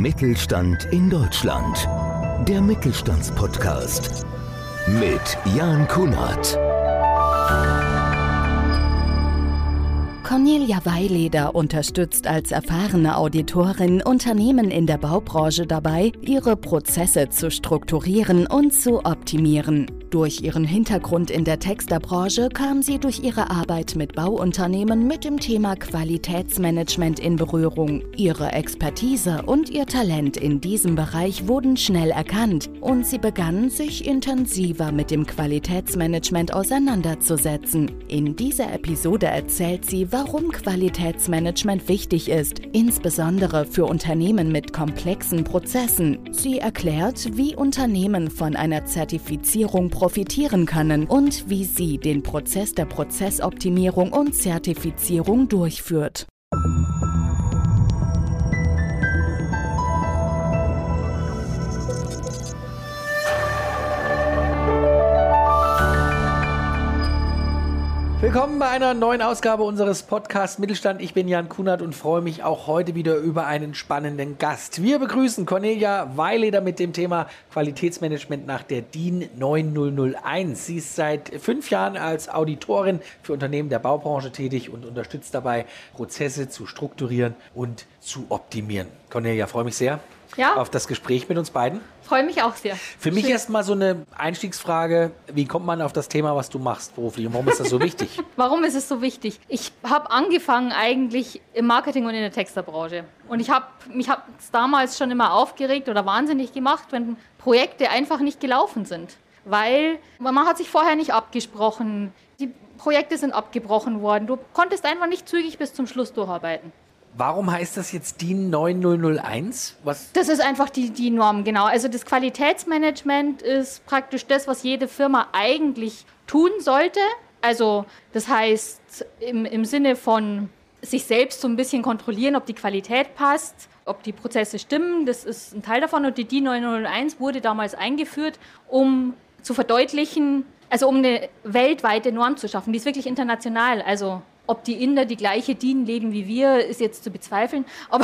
Mittelstand in Deutschland. Der Mittelstandspodcast mit Jan Kunert. Cornelia Weileder unterstützt als erfahrene Auditorin Unternehmen in der Baubranche dabei, ihre Prozesse zu strukturieren und zu optimieren. Durch ihren Hintergrund in der Texterbranche kam sie durch ihre Arbeit mit Bauunternehmen mit dem Thema Qualitätsmanagement in Berührung. Ihre Expertise und ihr Talent in diesem Bereich wurden schnell erkannt und sie begann, sich intensiver mit dem Qualitätsmanagement auseinanderzusetzen. In dieser Episode erzählt sie, warum Qualitätsmanagement wichtig ist, insbesondere für Unternehmen mit komplexen Prozessen. Sie erklärt, wie Unternehmen von einer Zertifizierung profitieren können und wie sie den Prozess der Prozessoptimierung und Zertifizierung durchführt. Willkommen bei einer neuen Ausgabe unseres Podcasts Mittelstand. Ich bin Jan Kunert und freue mich auch heute wieder über einen spannenden Gast. Wir begrüßen Cornelia Weileder mit dem Thema Qualitätsmanagement nach der DIN 9001. Sie ist seit 5 Jahren als Auditorin für Unternehmen der Baubranche tätig und unterstützt dabei, Prozesse zu strukturieren und zu optimieren. Cornelia, freue mich sehr auf das Gespräch mit uns beiden. Freue mich auch sehr. Für mich erstmal so eine Einstiegsfrage, wie kommt man auf das Thema, was du machst beruflich und warum ist das so wichtig? Warum ist es so wichtig? Ich habe angefangen eigentlich im Marketing und in der Texterbranche. Und mich hat es damals schon immer aufgeregt oder wahnsinnig gemacht, wenn Projekte einfach nicht gelaufen sind. Weil man hat sich vorher nicht abgesprochen, die Projekte sind abgebrochen worden. Du konntest einfach nicht zügig bis zum Schluss durcharbeiten. Warum heißt das jetzt DIN 9001? Das ist einfach die Norm, genau. Also das Qualitätsmanagement ist praktisch das, was jede Firma eigentlich tun sollte. Also das heißt im Sinne von sich selbst so ein bisschen kontrollieren, ob die Qualität passt, ob die Prozesse stimmen. Das ist ein Teil davon. Und die DIN 9001 wurde damals eingeführt, um zu verdeutlichen, also um eine weltweite Norm zu schaffen. Die ist wirklich international, also ob die Inder die gleiche DIN leben wie wir, ist jetzt zu bezweifeln.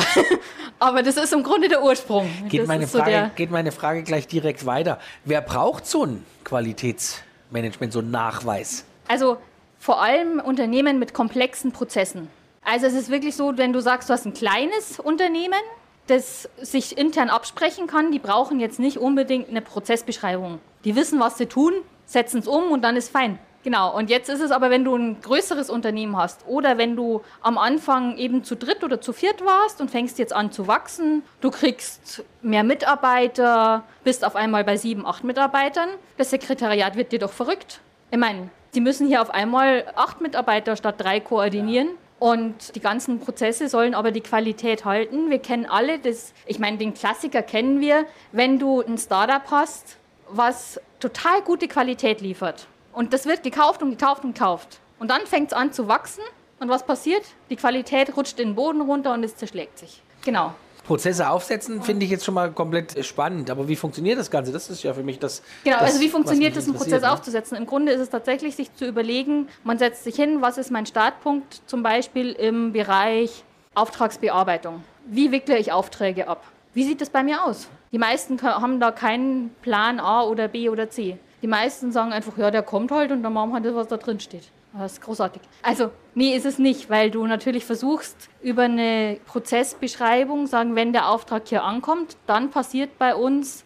Aber das ist im Grunde der Ursprung. Geht meine Frage gleich direkt weiter. Wer braucht so ein Qualitätsmanagement, so einen Nachweis? Also vor allem Unternehmen mit komplexen Prozessen. Also es ist wirklich so, wenn du sagst, du hast ein kleines Unternehmen, das sich intern absprechen kann, die brauchen jetzt nicht unbedingt eine Prozessbeschreibung. Die wissen, was sie tun, setzen es um und dann ist fein. Genau, und jetzt ist es aber, wenn du ein größeres Unternehmen hast oder wenn du am Anfang eben zu dritt oder zu viert warst und fängst jetzt an zu wachsen, du kriegst mehr Mitarbeiter, bist auf einmal bei 7, 8 Mitarbeitern, das Sekretariat wird dir doch verrückt. Ich meine, sie müssen hier auf einmal 8 Mitarbeiter statt 3 koordinieren. Und die ganzen Prozesse sollen aber die Qualität halten. Wir kennen alle das, ich meine, den Klassiker kennen wir, wenn du ein Startup hast, was total gute Qualität liefert. Und das wird gekauft und gekauft und gekauft. Und dann fängt es an zu wachsen. Und was passiert? Die Qualität rutscht in den Boden runter und es zerschlägt sich. Genau. Prozesse aufsetzen finde ich jetzt schon mal komplett spannend. Aber wie funktioniert das Ganze? Das ist ja für mich das. Genau, also wie funktioniert es, einen Prozess aufzusetzen? Im Grunde ist es tatsächlich, sich zu überlegen, man setzt sich hin, was ist mein Startpunkt, zum Beispiel im Bereich Auftragsbearbeitung. Wie wickle ich Aufträge ab? Wie sieht das bei mir aus? Die meisten haben da keinen Plan A oder B oder C. Die meisten sagen einfach, ja, der kommt halt und dann machen wir das, was da drin steht. Das ist großartig. Also, nee, ist es nicht, weil du natürlich versuchst, über eine Prozessbeschreibung, sagen, wenn der Auftrag hier ankommt, dann passieren bei uns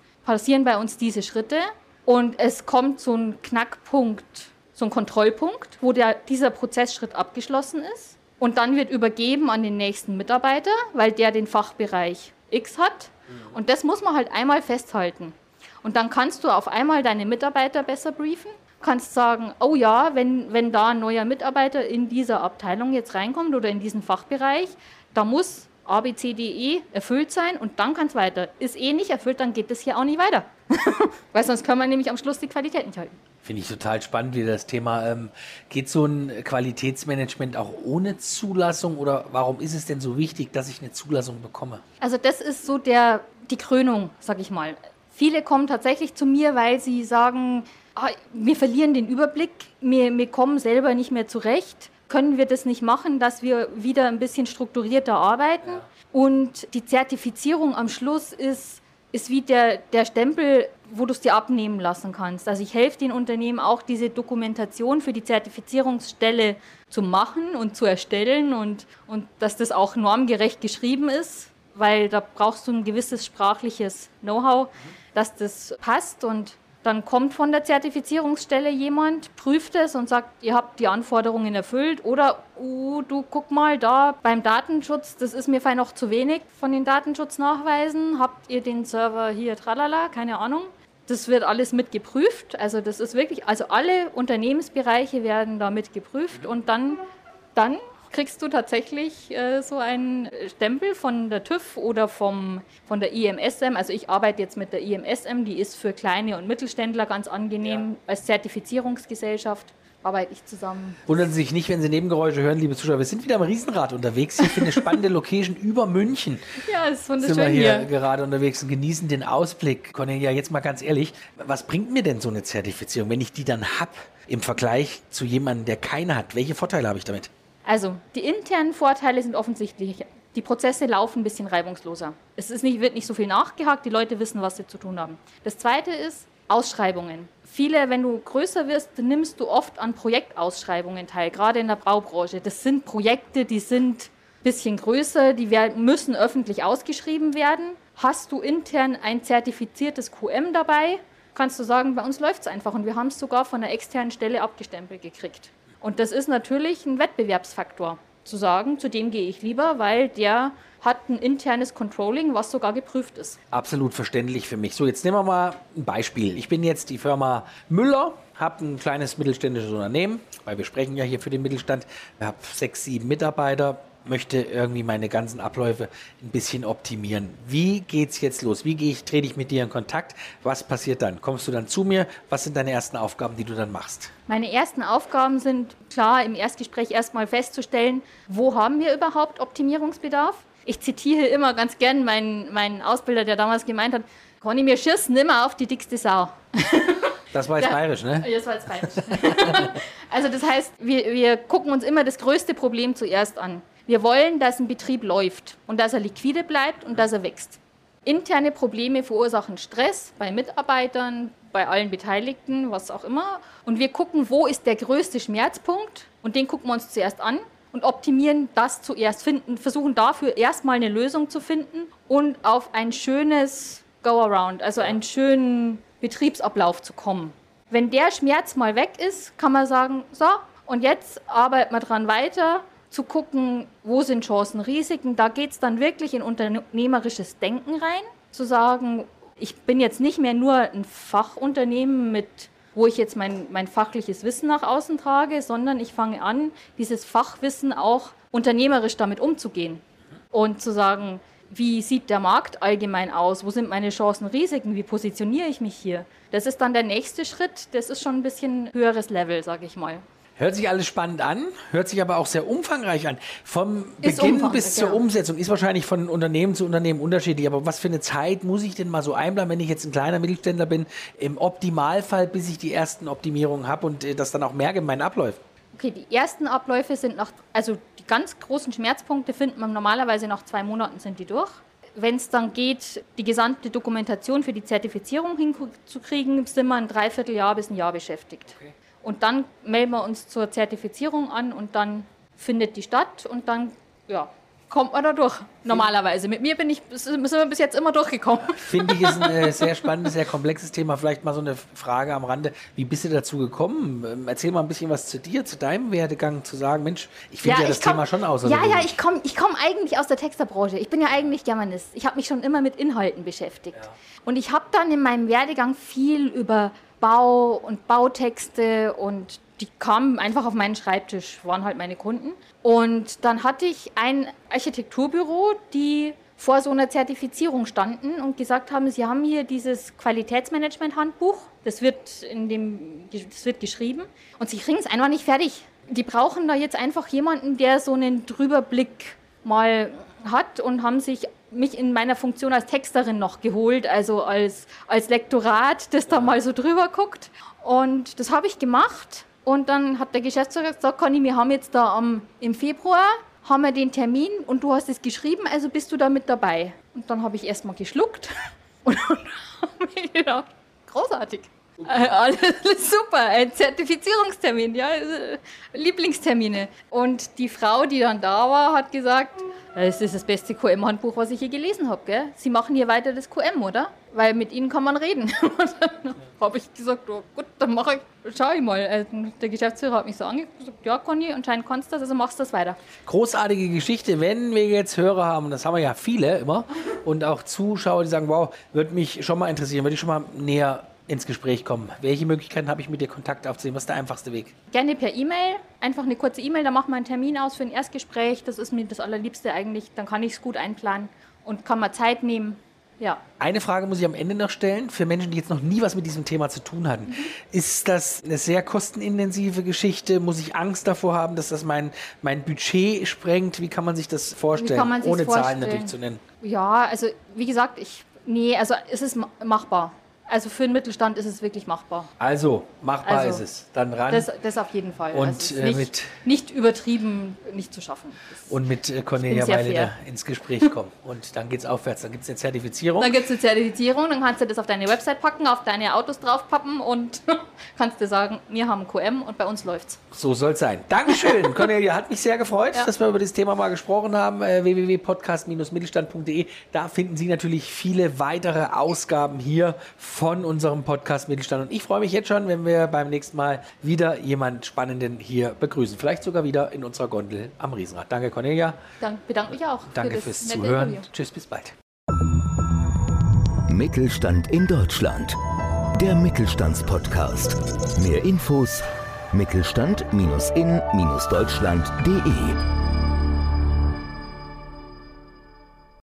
diese Schritte und es kommt so ein Knackpunkt, so ein Kontrollpunkt, wo dieser Prozessschritt abgeschlossen ist und dann wird übergeben an den nächsten Mitarbeiter, weil der den Fachbereich X hat und das muss man halt einmal festhalten. Und dann kannst du auf einmal deine Mitarbeiter besser briefen, kannst sagen, oh ja, wenn da ein neuer Mitarbeiter in dieser Abteilung jetzt reinkommt oder in diesen Fachbereich, da muss A, B, C, D, E erfüllt sein und dann kann es weiter. Ist nicht erfüllt, dann geht das hier auch nicht weiter. Weil sonst können wir nämlich am Schluss die Qualität nicht halten. Finde ich total spannend, wie das Thema geht so ein Qualitätsmanagement auch ohne Zulassung oder warum ist es denn so wichtig, dass ich eine Zulassung bekomme? Also das ist so die Krönung, sag ich mal. Viele kommen tatsächlich zu mir, weil sie sagen, wir verlieren den Überblick, wir kommen selber nicht mehr zurecht. können wir das nicht machen, dass wir wieder ein bisschen strukturierter arbeiten. Ja. Und die Zertifizierung am Schluss ist wie der Stempel, wo du es dir abnehmen lassen kannst. Also ich helfe den Unternehmen auch, diese Dokumentation für die Zertifizierungsstelle zu machen und zu erstellen und dass das auch normgerecht geschrieben ist, weil da brauchst du ein gewisses sprachliches Know-how, dass das passt. Und dann kommt von der Zertifizierungsstelle jemand, prüft es und sagt, ihr habt die Anforderungen erfüllt oder du guck mal da beim Datenschutz, das ist mir noch zu wenig von den Datenschutznachweisen, habt ihr den Server hier, tralala, keine Ahnung. Das wird alles mit geprüft, also das ist wirklich, also alle Unternehmensbereiche werden da mit geprüft und dann kriegst du tatsächlich so einen Stempel von der TÜV oder von der IMSM. Also ich arbeite jetzt mit der IMSM, die ist für kleine und Mittelständler ganz angenehm. Ja. Als Zertifizierungsgesellschaft arbeite ich zusammen. Wundern Sie sich nicht, wenn Sie Nebengeräusche hören, liebe Zuschauer. Wir sind wieder am Riesenrad unterwegs. Hier für eine spannende Location über München. Ja, es ist wunderschön sind wir hier gerade unterwegs und genießen den Ausblick. Cornelia, jetzt mal ganz ehrlich, was bringt mir denn so eine Zertifizierung, wenn ich die dann habe im Vergleich zu jemandem, der keine hat? Welche Vorteile habe ich damit? Also, die internen Vorteile sind offensichtlich. Die Prozesse laufen ein bisschen reibungsloser. Wird nicht so viel nachgehakt, die Leute wissen, was sie zu tun haben. Das Zweite ist Ausschreibungen. Wenn du größer wirst, nimmst du oft an Projektausschreibungen teil, gerade in der Baubranche. Das sind Projekte, die sind ein bisschen größer, müssen öffentlich ausgeschrieben werden. Hast du intern ein zertifiziertes QM dabei, kannst du sagen, bei uns läuft es einfach und wir haben es sogar von der externen Stelle abgestempelt gekriegt. Und das ist natürlich ein Wettbewerbsfaktor, zu sagen, zu dem gehe ich lieber, weil der hat ein internes Controlling, was sogar geprüft ist. Absolut verständlich für mich. So, jetzt nehmen wir mal ein Beispiel. Ich bin jetzt die Firma Müller, habe ein kleines mittelständisches Unternehmen, weil wir sprechen ja hier für den Mittelstand. Ich habe 6, 7 Mitarbeiter, möchte irgendwie meine ganzen Abläufe ein bisschen optimieren. Wie geht's jetzt los? Trete ich mit dir in Kontakt? Was passiert dann? Kommst du dann zu mir? Was sind deine ersten Aufgaben, die du dann machst? Meine ersten Aufgaben sind klar, im Erstgespräch erstmal festzustellen, wo haben wir überhaupt Optimierungsbedarf? Ich zitiere immer ganz gern meinen Ausbilder, der damals gemeint hat, Conny, mir schießen immer auf die dickste Sau. Das war jetzt bayerisch, ne? Das war jetzt bayerisch. Also das heißt, wir gucken uns immer das größte Problem zuerst an. Wir wollen, dass ein Betrieb läuft und dass er liquide bleibt und dass er wächst. Interne Probleme verursachen Stress bei Mitarbeitern, bei allen Beteiligten, was auch immer. Und wir gucken, wo ist der größte Schmerzpunkt und den gucken wir uns zuerst an und optimieren das zuerst, versuchen dafür erstmal eine Lösung zu finden und auf ein schönes Go-Around, also einen schönen Betriebsablauf zu kommen. Wenn der Schmerz mal weg ist, kann man sagen, so, und jetzt arbeiten wir dran weiter, zu gucken, wo sind Chancen, Risiken. Da geht es dann wirklich in unternehmerisches Denken rein, zu sagen, ich bin jetzt nicht mehr nur ein Fachunternehmen, wo ich jetzt mein fachliches Wissen nach außen trage, sondern ich fange an, dieses Fachwissen auch unternehmerisch damit umzugehen und zu sagen, wie sieht der Markt allgemein aus, wo sind meine Chancen, Risiken, wie positioniere ich mich hier. Das ist dann der nächste Schritt, das ist schon ein bisschen höheres Level, sage ich mal. Hört sich alles spannend an, hört sich aber auch sehr umfangreich an. Vom Beginn bis zur Umsetzung ist wahrscheinlich von Unternehmen zu Unternehmen unterschiedlich. Aber was für eine Zeit muss ich denn mal so einplanen, wenn ich jetzt ein kleiner Mittelständler bin, im Optimalfall, bis ich die ersten Optimierungen habe und das dann auch merke in meinen Abläufen? Okay, die ersten Abläufe sind die ganz großen Schmerzpunkte finden wir normalerweise nach 2 Monaten sind die durch. Wenn es dann geht, die gesamte Dokumentation für die Zertifizierung hinzukriegen, sind wir ein Dreivierteljahr bis ein Jahr beschäftigt. Okay. Und dann melden wir uns zur Zertifizierung an und dann findet die statt und dann kommt man da durch, normalerweise. Mit mir sind wir bis jetzt immer durchgekommen. Finde ich, ist ein sehr spannendes, sehr komplexes Thema. Vielleicht mal so eine Frage am Rande. Wie bist du dazu gekommen? Erzähl mal ein bisschen was zu dir, zu deinem Werdegang, zu sagen, Mensch, ich finde das Thema schon außergewöhnlich. Ich komm eigentlich aus der Texterbranche. Ich bin ja eigentlich Germanist. Ich habe mich schon immer mit Inhalten beschäftigt. Ja. Und ich habe dann in meinem Werdegang viel über Bau und Bautexte und die kamen einfach auf meinen Schreibtisch, waren halt meine Kunden. Und dann hatte ich ein Architekturbüro, die vor so einer Zertifizierung standen und gesagt haben, sie haben hier dieses Qualitätsmanagement-Handbuch, das wird geschrieben und sie kriegen es einfach nicht fertig. Die brauchen da jetzt einfach jemanden, der so einen Drüberblick mal hat und haben mich in meiner Funktion als Texterin noch geholt, also als Lektorat, das da mal so drüber guckt. Und das habe ich gemacht. Und dann hat der Geschäftsführer gesagt, Conny, wir haben jetzt da im Februar haben wir den Termin und du hast es geschrieben, also bist du da mit dabei. Und dann habe ich erstmal geschluckt und dann habe ich gedacht, großartig. Alles super, ein Zertifizierungstermin, ja, Lieblingstermine. Und die Frau, die dann da war, hat gesagt, das ist das beste QM-Handbuch, was ich je gelesen habe, gell? Sie machen hier weiter das QM, oder? Weil mit Ihnen kann man reden. Und dann habe ich gesagt, oh, gut, dann schau ich mal. Der Geschäftsführer hat mich so angeguckt und gesagt, ja Conny, anscheinend kannst du das, also machst du das weiter. Großartige Geschichte, wenn wir jetzt Hörer haben, das haben wir ja viele immer, und auch Zuschauer, die sagen, wow, würde mich schon mal interessieren, würde ich schon mal näher ins Gespräch kommen. Welche Möglichkeiten habe ich, mit dir Kontakt aufzunehmen? Was ist der einfachste Weg? Gerne per E-Mail, einfach eine kurze E-Mail, da machen wir einen Termin aus für ein Erstgespräch. Das ist mir das Allerliebste eigentlich, dann kann ich es gut einplanen und kann mal Zeit nehmen. Ja. Eine Frage muss ich am Ende noch stellen, für Menschen, die jetzt noch nie was mit diesem Thema zu tun hatten. Ist das eine sehr kostenintensive Geschichte? Muss ich Angst davor haben, dass das mein Budget sprengt? Wie kann man sich das vorstellen, ohne Zahlen natürlich zu nennen? Ja, also wie gesagt, es ist machbar. Also für den Mittelstand ist es wirklich machbar. Also, machbar ist es. Dann ran. Das auf jeden Fall. Und also nicht übertrieben, nicht zu schaffen. Und mit Cornelia Weile ins Gespräch kommen. Und dann geht's aufwärts. Dann gibt es eine Zertifizierung. Dann kannst du das auf deine Website packen, auf deine Autos draufpappen und kannst dir sagen, wir haben QM und bei uns läuft's. So soll es sein. Dankeschön, Cornelia. Hat mich sehr gefreut, dass wir über das Thema mal gesprochen haben. www.podcast-mittelstand.de. Da finden Sie natürlich viele weitere Ausgaben hier von unserem Podcast Mittelstand. Und ich freue mich jetzt schon, wenn wir beim nächsten Mal wieder jemanden Spannenden hier begrüßen. Vielleicht sogar wieder in unserer Gondel am Riesenrad. Danke, Cornelia. Bedanke mich auch. Danke fürs Zuhören. Tschüss, bis bald. Mittelstand in Deutschland. Der Mittelstandspodcast. Mehr Infos: mittelstand-in-deutschland.de